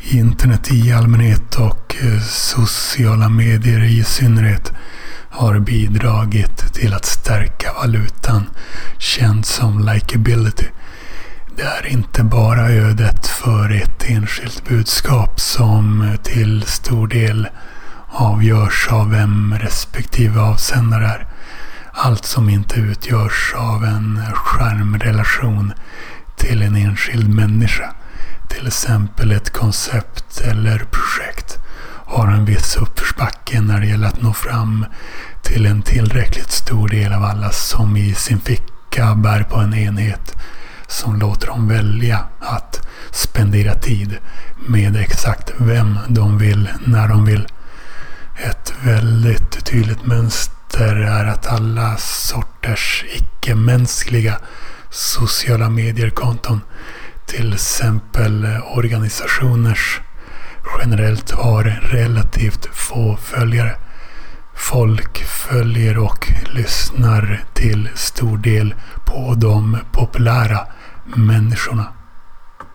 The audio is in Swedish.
internet i allmänhet och sociala medier i synnerhet har bidragit till att stärka valutan känd som likability. Det är inte bara ödet för ett enskilt budskap som till stor del avgörs av vem respektive avsändare är. Allt som inte utgörs av en skärmrelation till en enskild människa, till exempel ett koncept eller projekt, har en viss uppförsbacke när det gäller att nå fram till en tillräckligt stor del av alla som i sin ficka bär på en enhet som låter dem välja att spendera tid med exakt vem de vill när de vill. Ett väldigt tydligt mönster är att alla sorters icke-mänskliga sociala mediekonton, till exempel organisationers, generellt har relativt få följare. Folk följer och lyssnar till stor del på de populära människorna.